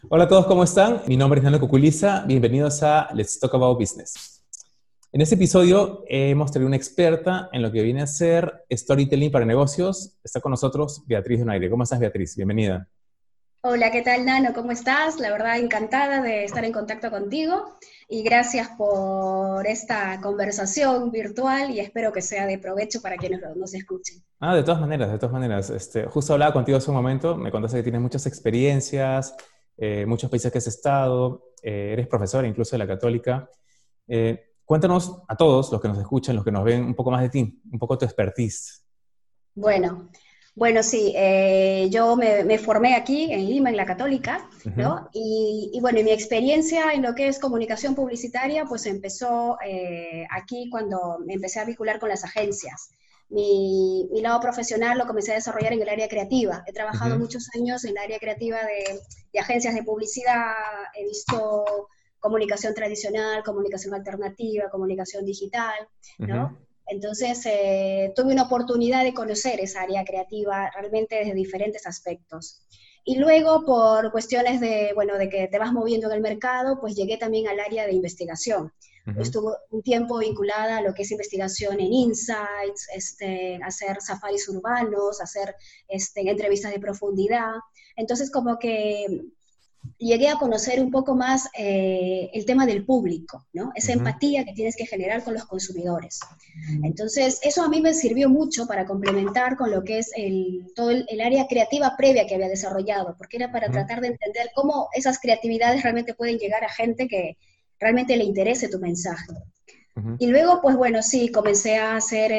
Hola a todos, ¿cómo están? Mi nombre es Nano Cuculiza. Bienvenidos a Let's Talk About Business. En este episodio hemos traído una experta en lo que viene a ser storytelling para negocios. Está con nosotros Beatriz Donaire. ¿Cómo estás, Beatriz? Bienvenida. Hola, ¿qué tal, Nano? ¿Cómo estás? La verdad, encantada de estar en contacto contigo y gracias por esta conversación virtual y espero que sea de provecho para quienes nos escuchen. De todas maneras, de todas maneras. Justo hablaba contigo hace un momento, me contaste que tienes muchas experiencias, muchos países que has estado, eres profesora incluso de la Católica. Cuéntanos a todos los que nos escuchan, los que nos ven, un poco más de ti, un poco tu expertise. Bueno, bueno, sí, yo me formé aquí en Lima, en la Católica, Ujú, ¿no? Y bueno, y mi experiencia en lo que es comunicación publicitaria, pues empezó aquí cuando me empecé a vincular con las agencias. Mi lado profesional lo comencé a desarrollar en el área creativa. He trabajado ujú, muchos años en el área creativa de agencias de publicidad, he visto comunicación tradicional, comunicación alternativa, comunicación digital, ujú. ¿no? Entonces, tuve una oportunidad de conocer esa área creativa realmente desde diferentes aspectos. Y luego, por cuestiones de, bueno, de que te vas moviendo en el mercado, pues llegué también al área de investigación. Ujú, Estuve un tiempo vinculada a lo que es investigación en insights, hacer safaris urbanos, hacer entrevistas de profundidad. Entonces, como que llegué a conocer un poco más el tema del público, ¿no? Esa ujú. empatía que tienes que generar con los consumidores. Entonces, eso a mí me sirvió mucho para complementar con lo que es todo el área creativa previa que había desarrollado, porque era para Ujú, tratar de entender cómo esas creatividades realmente pueden llegar a gente que realmente le interese tu mensaje. ujú. Y luego, pues bueno, sí, comencé a hacer,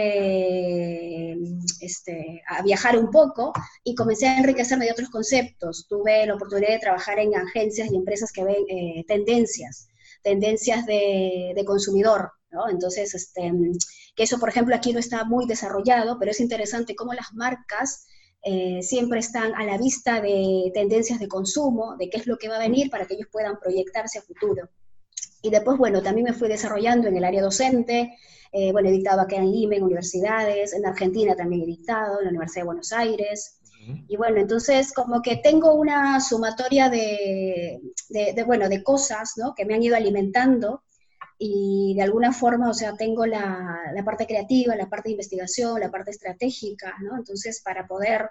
a viajar un poco y comencé a enriquecerme de otros conceptos. Tuve la oportunidad de trabajar en agencias y empresas que ven tendencias de consumidor, ¿no? Entonces, que eso, por ejemplo, aquí no está muy desarrollado, pero es interesante cómo las marcas siempre están a la vista de tendencias de consumo, de qué es lo que va a venir para que ellos puedan proyectarse a futuro. Y después, bueno, también me fui desarrollando en el área docente. Bueno, he dictado acá en Lima, en universidades, en Argentina también he dictado, en la Universidad de Buenos Aires. Ujú. Y bueno, entonces como que tengo una sumatoria bueno, de cosas, ¿no? Que me han ido alimentando y de alguna forma, o sea, tengo la parte creativa, la parte de investigación, la parte estratégica, ¿no? Entonces, para poder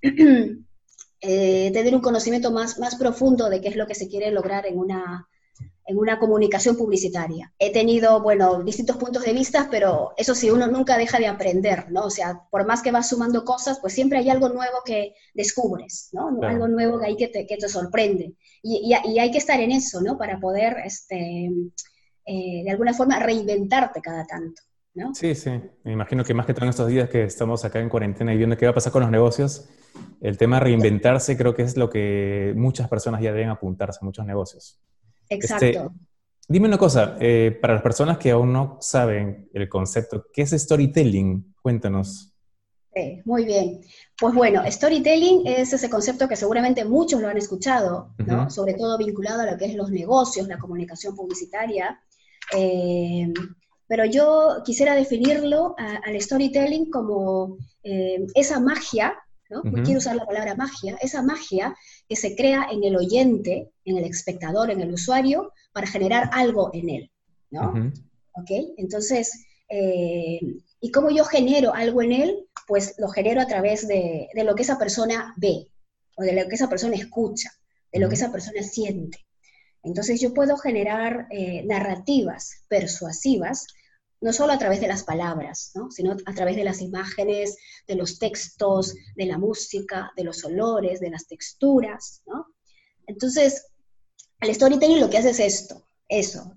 tener un conocimiento más profundo de qué es lo que se quiere lograr en una comunicación publicitaria. He tenido, bueno, distintos puntos de vista, pero eso sí, uno nunca deja de aprender, ¿no? O sea, por más que vas sumando cosas, pues siempre hay algo nuevo que descubres, ¿no? Algo Claro. nuevo que que te sorprende. Y hay que estar en eso, ¿no? Para poder, de alguna forma, reinventarte cada tanto, ¿no? Sí, sí. Me imagino que más que todo en estos días que estamos acá en cuarentena y viendo qué va a pasar con los negocios, el tema de reinventarse creo que es lo que muchas personas ya deben apuntarse, muchos negocios. Exacto. Este, Dime una cosa, para las personas que aún no saben el concepto, ¿qué es storytelling? Cuéntanos. Muy bien. Pues bueno, storytelling es ese concepto que seguramente muchos lo han escuchado, ¿no? Ujú, Sobre todo vinculado a lo que es los negocios, la comunicación publicitaria. Eh, pero yo quisiera definirlo al storytelling como esa magia, ¿no? ujú, Quiero usar la palabra magia, esa magia que se crea en el oyente, en el espectador, en el usuario, para generar algo en él, ¿no? ujú, ¿Ok? Entonces, ¿y cómo yo genero algo en él? Pues lo genero a través de lo que esa persona ve, o de lo que esa persona escucha, de lo que ujú, esa persona siente. Entonces yo puedo generar narrativas persuasivas, no solo a través de las palabras, ¿no? Sino a través de las imágenes, de los textos, de la música, de los olores, de las texturas, ¿no? Entonces, el storytelling lo que hace es eso,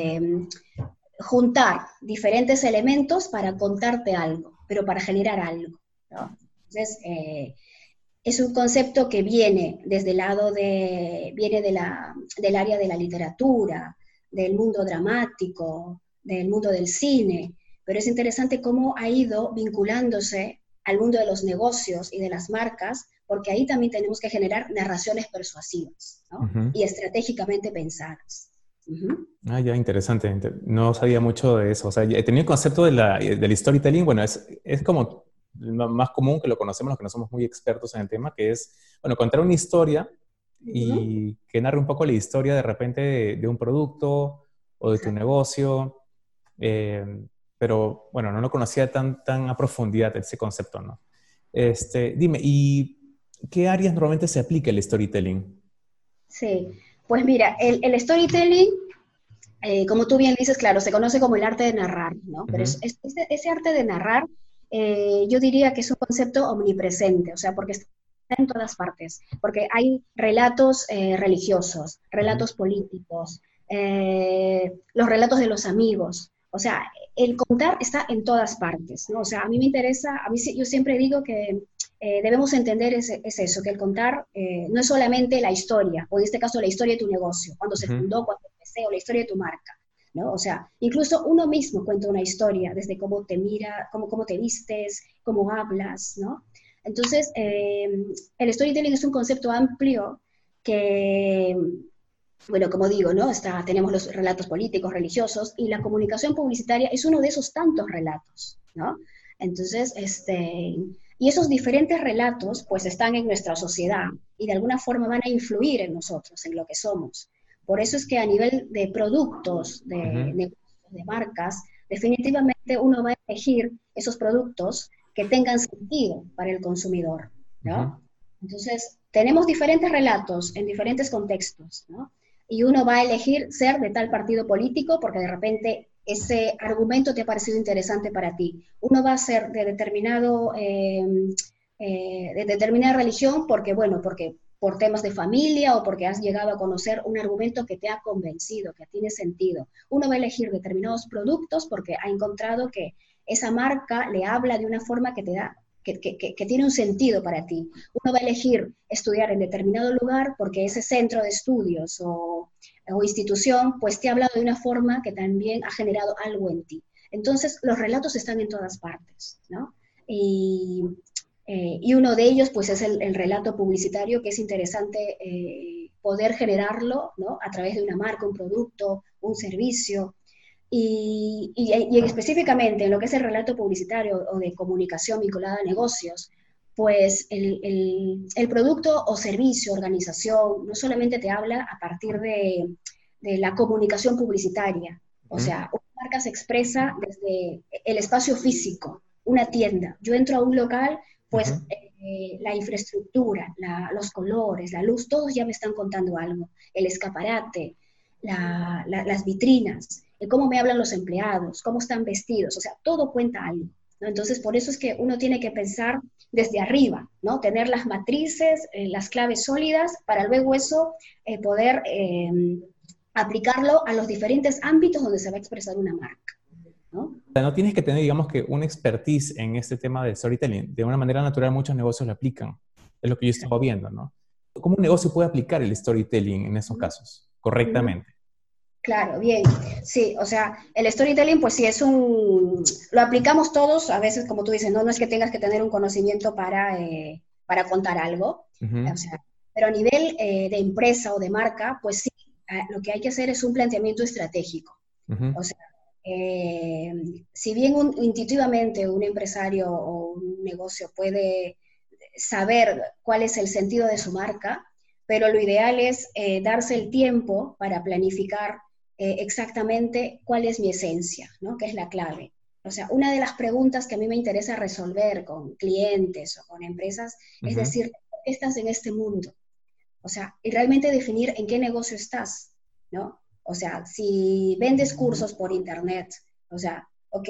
juntar diferentes elementos para contarte algo, pero para generar algo, ¿no? Entonces, es un concepto que viene desde el lado viene del área de la literatura, del mundo dramático, del mundo del cine, pero es interesante cómo ha ido vinculándose al mundo de los negocios y de las marcas, porque ahí también tenemos que generar narraciones persuasivas, ¿no? ujú. Y estratégicamente pensadas. Uh-huh. Ya, interesante. No sabía mucho de eso. O sea, he tenido el concepto de del storytelling, bueno, es como lo más común que lo conocemos los que no somos muy expertos en el tema, que es, bueno, contar una historia Ujú. y que narre un poco la historia de repente de un producto o de tu negocio. Eh, pero bueno, no lo conocía tan a profundidad ese concepto, ¿no? Dime, ¿y qué áreas normalmente se aplica el storytelling? Sí, pues mira, el storytelling, como tú bien dices, claro, se conoce como el arte de narrar, ¿no? Pero Ujú, ese arte de narrar, yo diría que es un concepto omnipresente, o sea, porque está en todas partes, porque hay relatos religiosos, ujú, relatos políticos, los relatos de los amigos, o sea, el contar está en todas partes, ¿no? O sea, a mí me interesa, yo siempre digo que debemos entender es eso, que el contar no es solamente la historia, o en este caso la historia de tu negocio, cuando se ujú, fundó, cuando empecé, o la historia de tu marca, ¿no? O sea, incluso uno mismo cuenta una historia, desde cómo te mira, cómo te vistes, cómo hablas, ¿no? Entonces, el storytelling es un concepto amplio que, bueno, como digo, ¿no? Tenemos los relatos políticos, religiosos, y la comunicación publicitaria es uno de esos tantos relatos, ¿no? Entonces, y esos diferentes relatos, pues, están en nuestra sociedad y de alguna forma van a influir en nosotros, en lo que somos. Por eso es que a nivel de productos, de ujú, negocios, de marcas, definitivamente uno va a elegir esos productos que tengan sentido para el consumidor, ujú. ¿no? Entonces, tenemos diferentes relatos en diferentes contextos, ¿no? Y uno va a elegir ser de tal partido político porque de repente ese argumento te ha parecido interesante para ti. Uno va a ser de determinada religión porque, bueno, porque por temas de familia o porque has llegado a conocer un argumento que te ha convencido, que tiene sentido. Uno va a elegir determinados productos porque ha encontrado que esa marca le habla de una forma que te da que tiene un sentido para ti. Uno va a elegir estudiar en determinado lugar porque ese centro de estudios o institución pues te ha hablado de una forma que también ha generado algo en ti. Entonces, los relatos están en todas partes, ¿no? Y, y uno de ellos pues es el relato publicitario, que es interesante poder generarlo, ¿no? A través de una marca, un producto, un servicio, y específicamente en lo que es el relato publicitario o de comunicación vinculada a negocios, pues el producto o servicio, organización, no solamente te habla a partir de la comunicación publicitaria, o Ujú, sea, una marca se expresa desde el espacio físico, una tienda. Yo entro a un local, ujú. pues la infraestructura, los colores, la luz, todos ya me están contando algo. El escaparate, las vitrinas, cómo me hablan los empleados, cómo están vestidos, o sea, todo cuenta algo, ¿no? Entonces, por eso es que uno tiene que pensar desde arriba, ¿no? Tener las matrices, las claves sólidas, para luego eso poder aplicarlo a los diferentes ámbitos donde se va a expresar una marca, ¿no? O sea, no tienes que tener, digamos que, un expertise en este tema de storytelling. De una manera natural, muchos negocios lo aplican. Es lo que yo estaba viendo, ¿no? ¿Cómo un negocio puede aplicar el storytelling en esos casos Ujú. correctamente? Claro, bien. Sí, o sea, el storytelling, pues sí, lo aplicamos todos, a veces, como tú dices, no es que tengas que tener un conocimiento para contar algo, Ujú, o sea, pero a nivel de empresa o de marca, pues sí, lo que hay que hacer es un planteamiento estratégico. ujú, O sea, eh, si bien intuitivamente un empresario o un negocio puede saber cuál es el sentido de su marca, pero lo ideal es darse el tiempo para planificar exactamente cuál es mi esencia, ¿no? Que es la clave. O sea, una de las preguntas que a mí me interesa resolver con clientes o con empresas es ujú. decir, ¿por qué estás en este mundo? O sea, y realmente definir en qué negocio estás, ¿no? O sea, si vendes cursos por internet, o sea, ok,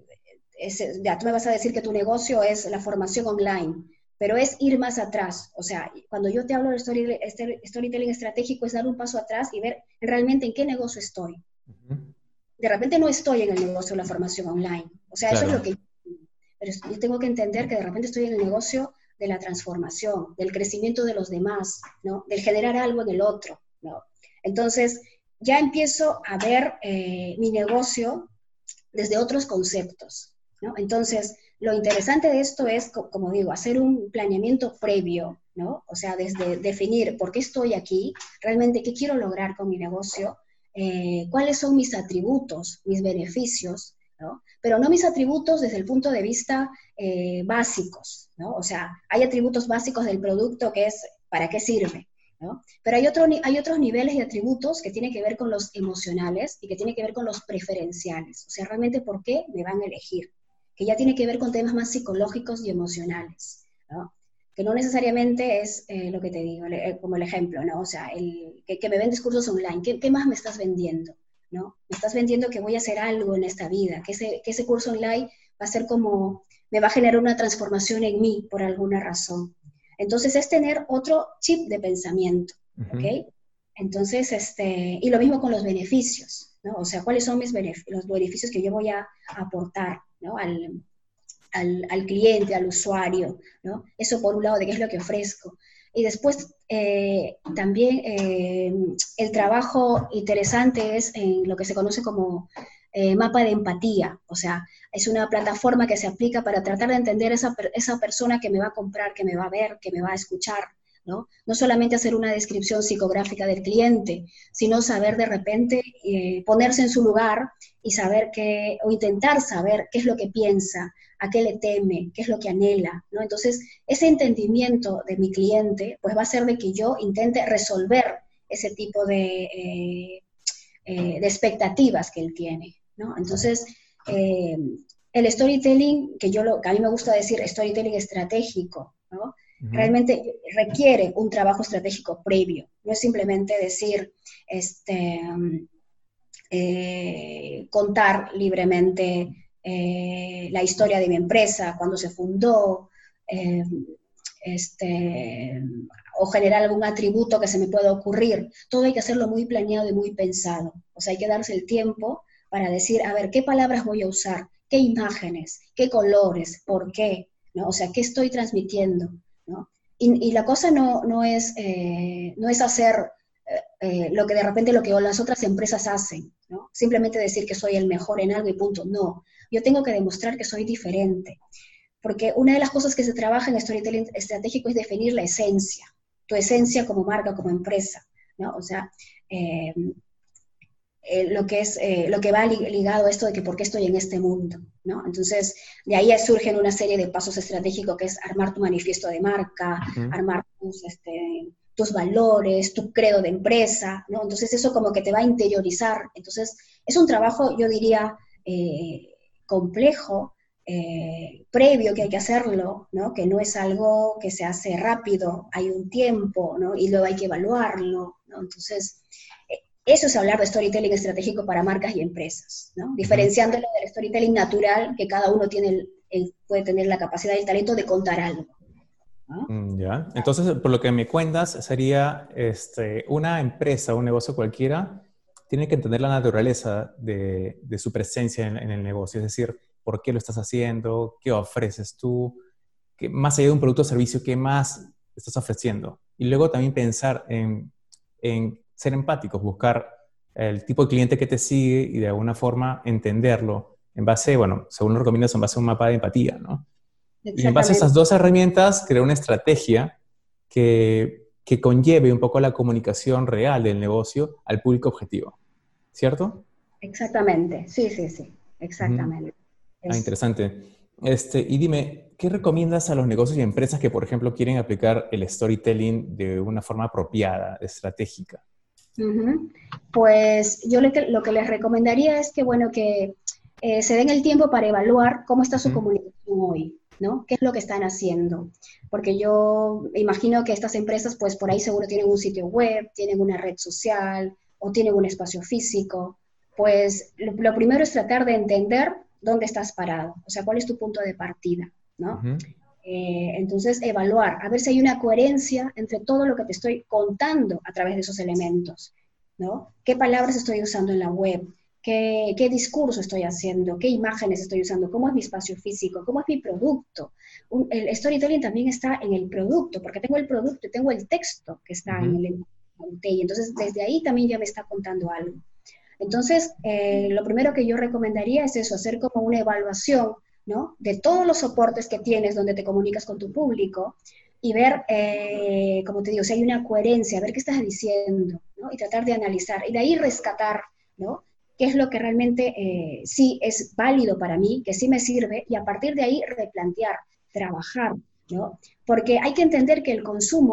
ya tú me vas a decir que tu negocio es la formación online, pero es ir más atrás. O sea, cuando yo te hablo de storytelling estratégico es dar un paso atrás y ver realmente en qué negocio estoy. Ujú. De repente no estoy en el negocio de la formación online. O sea, eso es lo Claro. que pero yo tengo que entender que de repente estoy en el negocio de la transformación, del crecimiento de los demás, ¿no? Del generar algo en el otro, ¿no? Entonces, ya empiezo a ver mi negocio desde otros conceptos, ¿no? Entonces, lo interesante de esto es, como digo, hacer un planeamiento previo, ¿no? O sea, desde definir por qué estoy aquí, realmente qué quiero lograr con mi negocio, cuáles son mis atributos, mis beneficios, ¿no? Pero no mis atributos desde el punto de vista básicos, ¿no? O sea, hay atributos básicos del producto que es para qué sirve, ¿no? Pero hay otros niveles de atributos que tienen que ver con los emocionales y que tienen que ver con los preferenciales. O sea, realmente por qué me van a elegir, que ya tiene que ver con temas más psicológicos y emocionales, ¿no? Que no necesariamente es lo que te digo, como el ejemplo, ¿no? O sea, que me vendes cursos online, ¿qué más me estás vendiendo? ¿No? Me estás vendiendo que voy a hacer algo en esta vida, que ese curso online va a ser como, me va a generar una transformación en mí por alguna razón. Entonces es tener otro chip de pensamiento, ¿ok? Entonces, y lo mismo con los beneficios, ¿no? O sea, ¿cuáles son los beneficios que yo voy a aportar, ¿no? Al cliente, al usuario, ¿no? Eso por un lado de qué es lo que ofrezco. Y después también el trabajo interesante es en lo que se conoce como mapa de empatía, o sea, es una plataforma que se aplica para tratar de entender esa persona que me va a comprar, que me va a ver, que me va a escuchar, ¿no? No solamente hacer una descripción psicográfica del cliente, sino saber de repente ponerse en su lugar y saber o intentar saber qué es lo que piensa, a qué le teme, qué es lo que anhela, ¿no? Entonces, ese entendimiento de mi cliente, pues va a ser de que yo intente resolver ese tipo de expectativas que él tiene, ¿no? Entonces, el storytelling, que a mí me gusta decir storytelling estratégico, ¿no? Realmente requiere un trabajo estratégico previo, no es simplemente decir, contar libremente la historia de mi empresa, cuando se fundó, o generar algún atributo que se me pueda ocurrir. Todo hay que hacerlo muy planeado y muy pensado. O sea, hay que darse el tiempo para decir, a ver, ¿qué palabras voy a usar? ¿Qué imágenes? ¿Qué colores? ¿Por qué? ¿No? O sea, ¿qué estoy transmitiendo? ¿No? Y la cosa no es hacer lo que de repente lo que las otras empresas hacen, ¿no? Simplemente decir que soy el mejor en algo y punto. No, yo tengo que demostrar que soy diferente. Porque una de las cosas que se trabaja en storytelling estratégico es definir la esencia, tu esencia como marca, como empresa, ¿no? O sea, lo que va ligado a esto de que por qué estoy en este mundo, ¿no? Entonces, de ahí surgen una serie de pasos estratégicos que es armar tu manifiesto de marca, armar tus valores, tu credo de empresa, ¿no? Entonces eso como que te va a interiorizar. Entonces es un trabajo, yo diría, complejo, previo que hay que hacerlo, ¿no? Que no es algo que se hace rápido, hay un tiempo, ¿no? Y luego hay que evaluarlo, ¿no? Entonces, eso es hablar de storytelling estratégico para marcas y empresas, ¿no? Diferenciándolo del storytelling natural, que cada uno puede tener la capacidad y el talento de contar algo, ¿no? Ya. Entonces, por lo que me cuentas, sería una empresa, un negocio cualquiera, tiene que entender la naturaleza de su presencia en el negocio, es decir, por qué lo estás haciendo, qué ofreces tú, más allá de un producto o servicio, qué más estás ofreciendo. Y luego también pensar en ser empáticos, buscar el tipo de cliente que te sigue y de alguna forma entenderlo en base, bueno, según lo recomiendas, en base a un mapa de empatía, ¿no? Y en base a esas dos herramientas, crear una estrategia que conlleve un poco la comunicación real del negocio al público objetivo, ¿cierto? Exactamente, sí, exactamente. Interesante. Y dime, ¿qué recomiendas a los negocios y empresas que, por ejemplo, quieren aplicar el storytelling de una forma apropiada, estratégica? Pues yo lo que les recomendaría es que, bueno, que se den el tiempo para evaluar cómo está su comunicación hoy, ¿no? ¿Qué es lo que están haciendo? Porque yo imagino que estas empresas, pues por ahí seguro tienen un sitio web, tienen una red social o tienen un espacio físico. Pues lo primero es tratar de entender dónde estás parado, o sea, cuál es tu punto de partida, ¿no? Entonces, evaluar, a ver si hay una coherencia entre todo lo que te estoy contando a través de esos elementos, ¿no? ¿Qué palabras estoy usando en la web? ¿Qué discurso estoy haciendo? ¿Qué imágenes estoy usando? ¿Cómo es mi espacio físico? ¿Cómo es mi producto? El storytelling también está en el producto, porque tengo el producto y tengo el texto que está en el botella. Entonces, desde ahí también ya me está contando algo. Entonces, lo primero que yo recomendaría es eso, hacer como una evaluación, ¿no? De todos los soportes que tienes donde te comunicas con tu público y ver, como te digo, si hay una coherencia, ver qué estás diciendo, ¿no? Y tratar de analizar y de ahí rescatar, ¿no? Qué es lo que realmente sí es válido para mí, que sí me sirve, y a partir de ahí replantear, trabajar, ¿no? Porque hay que entender que el consumo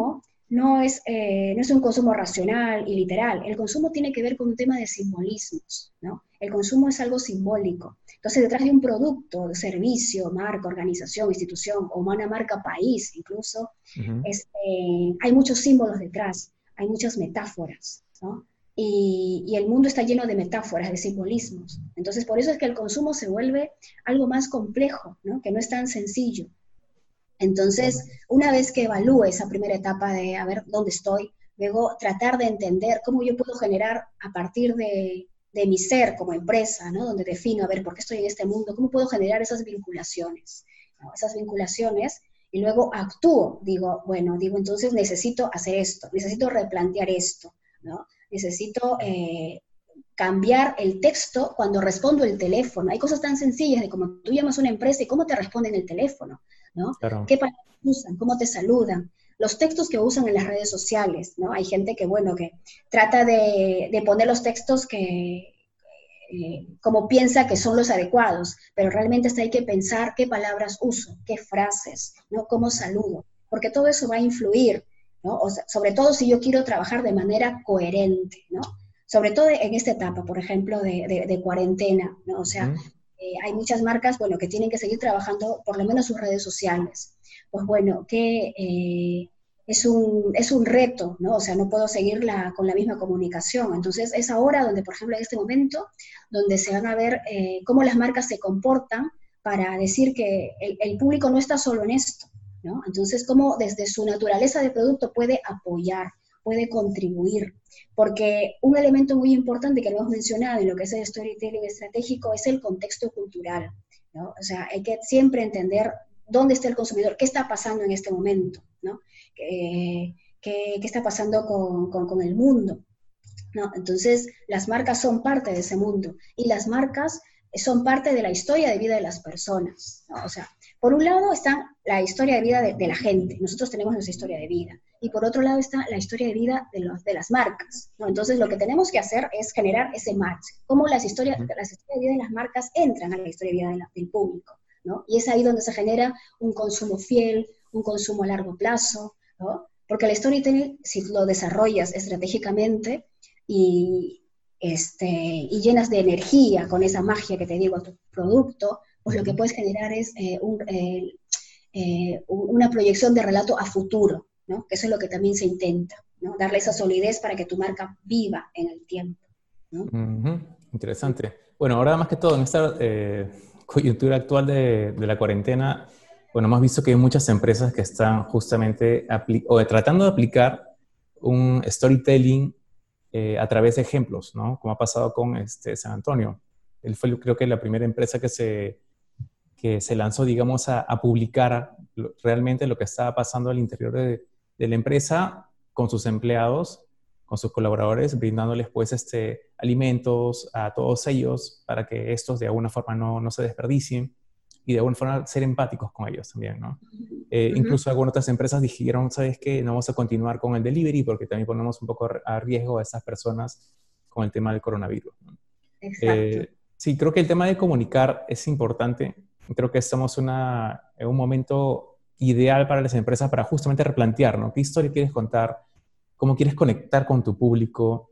no es un consumo racional y literal. El consumo tiene que ver con un tema de simbolismos, ¿no? El consumo es algo simbólico. Entonces, detrás de un producto, de servicio, marca, organización, institución, o una marca país incluso, Ujú. hay muchos símbolos detrás, hay muchas metáforas, ¿no? Y el mundo está lleno de metáforas, de simbolismos. Entonces, por eso es que el consumo se vuelve algo más complejo, ¿no? Que no es tan sencillo. Entonces, una vez que evalúe esa primera etapa de a ver dónde estoy, luego tratar de entender cómo yo puedo generar a partir de mi ser como empresa, ¿no? Donde defino, a ver, ¿por qué estoy en este mundo? ¿Cómo puedo generar esas vinculaciones? ¿No? Esas vinculaciones y luego actúo, digo, bueno, digo, entonces necesito hacer esto, necesito replantear esto, ¿no? Necesito cambiar el texto cuando respondo el teléfono. Hay cosas tan sencillas de como tú llamas a una empresa y cómo te responden el teléfono, ¿no? Claro. ¿Qué palabras usan? ¿Cómo te saludan? Los textos que usan en las redes sociales, ¿no? Hay gente que, bueno, que trata de poner los textos que, como piensa que son los adecuados, pero realmente hasta hay que pensar qué palabras uso, qué frases, ¿no? Cómo saludo, porque todo eso va a influir, ¿no? O sea, sobre todo si yo quiero trabajar de manera coherente, ¿no? Sobre todo en esta etapa, por ejemplo, de cuarentena, ¿no? O sea, Ujú. hay muchas marcas, bueno, que tienen que seguir trabajando por lo menos sus redes sociales. Pues bueno, que es un reto, ¿no? O sea, no puedo seguir con la misma comunicación. Entonces, es ahora donde, por ejemplo, en este momento, donde se van a ver cómo las marcas se comportan para decir que el público no está solo en esto, ¿no? Entonces, cómo desde su naturaleza de producto puede apoyar, puede contribuir, porque un elemento muy importante que lo hemos mencionado en lo que es el storytelling estratégico es el contexto cultural, ¿no? O sea, hay que siempre entender dónde está el consumidor, qué está pasando en este momento, ¿no? ¿Qué está pasando con el mundo? ¿No? Entonces, las marcas son parte de ese mundo y las marcas son parte de la historia de vida de las personas, ¿no? O sea, por un lado está la historia de vida de la gente, nosotros tenemos nuestra historia de vida, y por otro lado está la historia de vida de las marcas, ¿no? Entonces, lo que tenemos que hacer es generar ese match, cómo las historias de vida de las marcas entran a la historia de vida del público, ¿no? Y es ahí donde se genera un consumo fiel, un consumo a largo plazo, ¿no? Porque el storytelling, si lo desarrollas estratégicamente, y, y llenas de energía con esa magia que te digo a tu producto, pues lo que Ujú. puedes generar es una proyección de relato a futuro, ¿no? Que eso es lo que también se intenta, ¿no? Darle esa solidez para que tu marca viva en el tiempo, ¿no? Ujú. Interesante. Bueno, ahora más que todo en esta coyuntura actual de la cuarentena, bueno, hemos visto que hay muchas empresas que están justamente tratando de aplicar un storytelling a través de ejemplos, ¿no? Como ha pasado con San Antonio. Él fue, creo que, la primera empresa que se lanzó, digamos, a publicar realmente lo que estaba pasando al interior de la empresa con sus empleados, con sus colaboradores, brindándoles pues alimentos a todos ellos para que estos de alguna forma no se desperdicien y de alguna forma ser empáticos con ellos también, ¿no? Uh -huh. Incluso algunas otras empresas dijeron, ¿sabes qué? No vamos a continuar con el delivery porque también ponemos un poco a riesgo a esas personas con el tema del coronavirus, ¿no? Exacto. Sí, creo que el tema de comunicar es importante. Creo que estamos en un momento ideal para las empresas para justamente replantear, ¿no? ¿Qué historia quieres contar? ¿Cómo quieres conectar con tu público?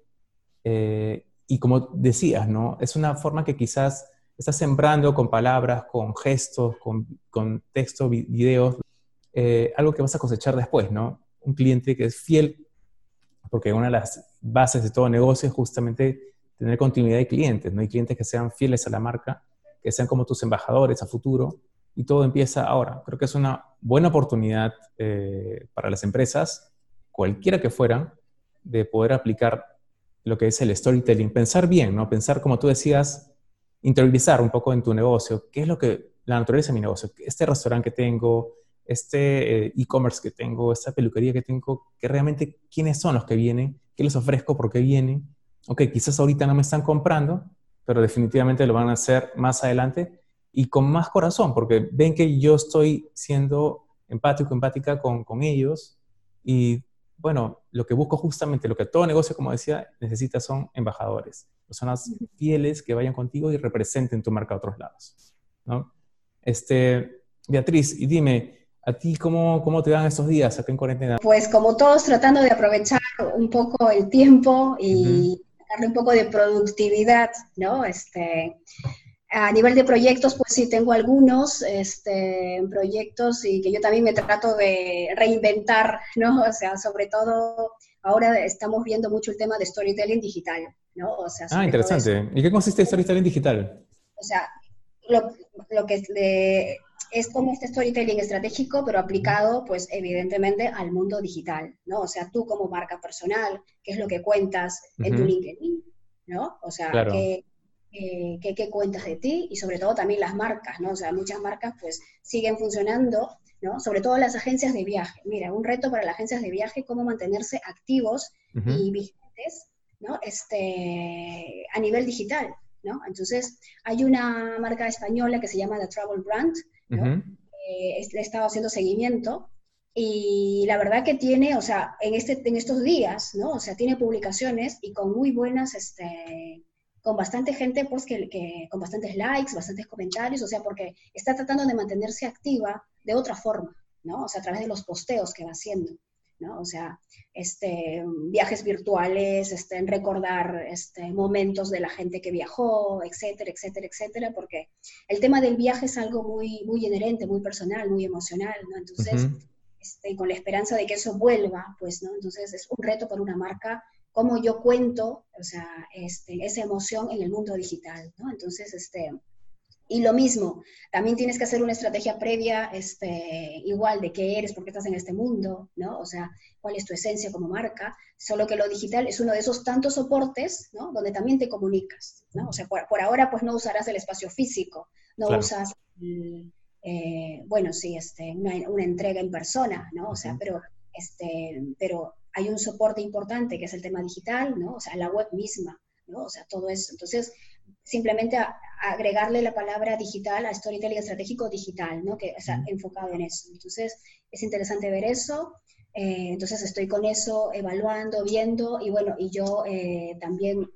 Y como decías, ¿no? Es una forma que quizás estás sembrando con palabras, con gestos, con texto, videos, algo que vas a cosechar después, ¿no? Un cliente que es fiel, porque una de las bases de todo negocio es justamente tener continuidad de clientes, ¿no? Hay clientes que sean fieles a la marca, que sean como tus embajadores a futuro, y todo empieza ahora. Creo que es una buena oportunidad para las empresas, cualquiera que fueran, de poder aplicar lo que es el storytelling, pensar bien, ¿no? Pensar, como tú decías, interiorizar un poco en tu negocio, qué es lo que, la naturaleza de mi negocio, este restaurante que tengo, e-commerce que tengo, esta peluquería que tengo, que realmente quiénes son los que vienen, qué les ofrezco, por qué vienen. Ok, quizás ahorita no me están comprando, pero definitivamente lo van a hacer más adelante y con más corazón, porque ven que yo estoy siendo empático, empática con ellos y bueno, lo que busco justamente, lo que todo negocio, como decía, necesita son embajadores, personas fieles que vayan contigo y representen tu marca a otros lados, ¿no? Beatriz, y dime, ¿A ti cómo te dan estos días acá en cuarentena? Pues como todos tratando de aprovechar un poco el tiempo Ujú. y darle un poco de productividad, ¿no? A nivel de proyectos, pues sí, tengo algunos proyectos y que yo también me trato de reinventar, ¿no? O sea, sobre todo ahora estamos viendo mucho el tema de storytelling digital, ¿no? O sea, Ah, sobre todo eso. interesante. ¿Y qué consiste el storytelling digital? O sea, lo, lo que es como este storytelling estratégico, pero Ujú. aplicado, pues evidentemente, al mundo digital, ¿no? O sea, tú como marca personal, qué es lo que cuentas en tu Ujú. LinkedIn, ¿no? O sea, Claro. qué cuentas de ti y sobre todo también las marcas, ¿no? O sea, muchas marcas pues siguen funcionando, ¿no? Sobre todo las agencias de viaje. Mira, un reto para las agencias de viaje, cómo mantenerse activos Ujú. y vigentes, ¿no? A nivel digital, ¿no? Entonces, hay una marca española que se llama The Travel Brand, ¿no? Ujú. Le he estado haciendo seguimiento y la verdad que tiene, o sea, en estos días, ¿no? O sea, tiene publicaciones y con muy buenas, con bastante gente, pues, con bastantes likes, bastantes comentarios, o sea, porque está tratando de mantenerse activa de otra forma, ¿no? O sea, a través de los posteos que va haciendo, ¿no? O sea, viajes virtuales, en recordar momentos de la gente que viajó, etcétera, etcétera, etcétera, porque el tema del viaje es algo muy, muy inherente, muy personal, muy emocional, ¿no? Entonces, Ujú. con la esperanza de que eso vuelva, pues, ¿no? Entonces es un reto para una marca cómo yo cuento, o sea, esa emoción en el mundo digital, ¿no? Entonces, y lo mismo, también tienes que hacer una estrategia previa, igual de qué eres, por qué estás en este mundo, ¿no? O sea, cuál es tu esencia como marca, solo que lo digital es uno de esos tantos soportes, ¿no? Donde también te comunicas, ¿no? O sea, por ahora pues no usarás el espacio físico, no Claro. usas, bueno, sí, una entrega en persona, ¿no? O sea, Ujú. pero hay un soporte importante que es el tema digital, ¿no? O sea, la web misma, ¿no? O sea, todo eso. Entonces, simplemente agregarle la palabra digital a storytelling estratégico digital, ¿no? Que está Ujú. enfocado en eso. Entonces, es interesante ver eso. Entonces, estoy con eso evaluando, viendo, y bueno, y yo también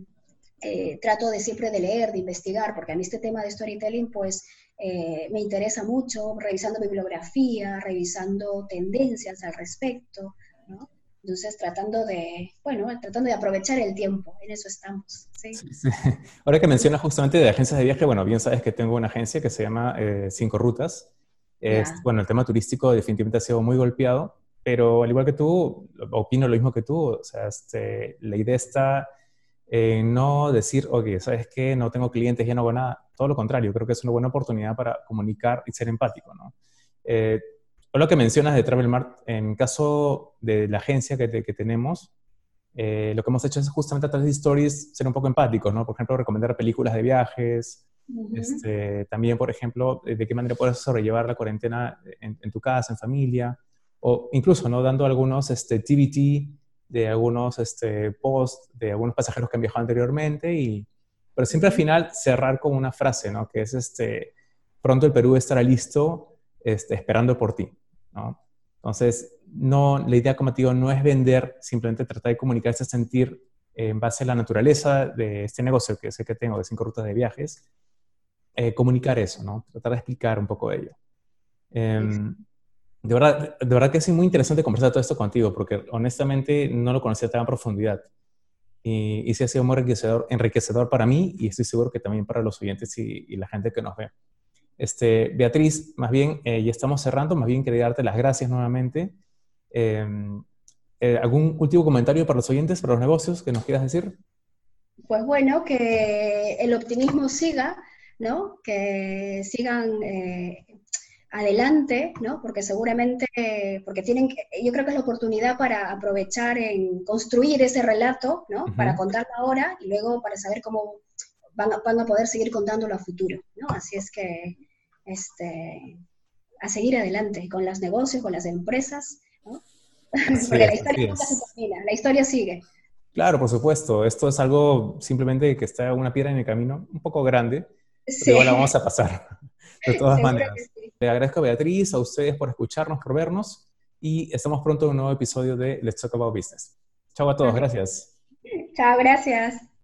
trato de siempre de leer, de investigar, porque a mí este tema de storytelling, pues, me interesa mucho, revisando bibliografía, revisando tendencias al respecto, ¿no? Entonces, tratando de aprovechar el tiempo, en eso estamos, sí. Sí, sí. Ahora que mencionas justamente de agencias de viaje, bueno, bien sabes que tengo una agencia que se llama Cinco Rutas. Ya. Bueno, el tema turístico definitivamente ha sido muy golpeado, pero al igual que tú, opino lo mismo que tú. O sea, la idea está en no decir, oye, ¿sabes qué? No tengo clientes, ya no hago nada. Todo lo contrario, creo que es una buena oportunidad para comunicar y ser empático, ¿no? Eh, lo que mencionas de TravelMart, en caso de la agencia que tenemos, lo que hemos hecho es justamente a través de stories ser un poco empáticos, ¿no? Por ejemplo, recomendar películas de viajes, Ujú. también, por ejemplo, de qué manera puedes sobrellevar la cuarentena en tu casa, en familia, o incluso, ¿no? Dando algunos TBT de algunos posts de algunos pasajeros que han viajado anteriormente, pero siempre al Ujú. final cerrar con una frase, ¿no? Que es, pronto el Perú estará listo, esperando por ti, ¿no? Entonces, no, la idea, como te digo, no es vender, simplemente tratar de comunicarse, sentir en base a la naturaleza de este negocio que sé que tengo de cinco rutas de viajes, comunicar eso, ¿no? Tratar de explicar un poco de ello. Em, de verdad que es muy interesante conversar todo esto contigo, porque honestamente no lo conocía tan a profundidad. Y sí ha sido muy enriquecedor para mí y estoy seguro que también para los oyentes y la gente que nos ve. Beatriz, más bien, ya estamos cerrando, más bien quería darte las gracias nuevamente. Eh, ¿Algún último comentario para los oyentes, para los negocios que nos quieras decir? Pues bueno, que el optimismo siga, ¿no? Que sigan adelante, ¿no? Porque seguramente, porque yo creo que es la oportunidad para aprovechar en construir ese relato, ¿no? Para Ujú. contarlo ahora y luego para saber cómo van a poder seguir contándolo a futuro, ¿no? Así es que, este, a seguir adelante con los negocios, con las empresas, ¿no? Así Porque la es, historia así nunca se es. termina, la historia sigue. Claro, por supuesto. Esto es algo simplemente que está una piedra en el camino, un poco grande, pero Sí, igual la vamos a pasar, de todas seguro que maneras. sí. Le agradezco a Beatriz, a ustedes por escucharnos, por vernos, y estamos pronto en un nuevo episodio de Let's Talk About Business. Chao a todos, Ok. gracias. Chao, gracias.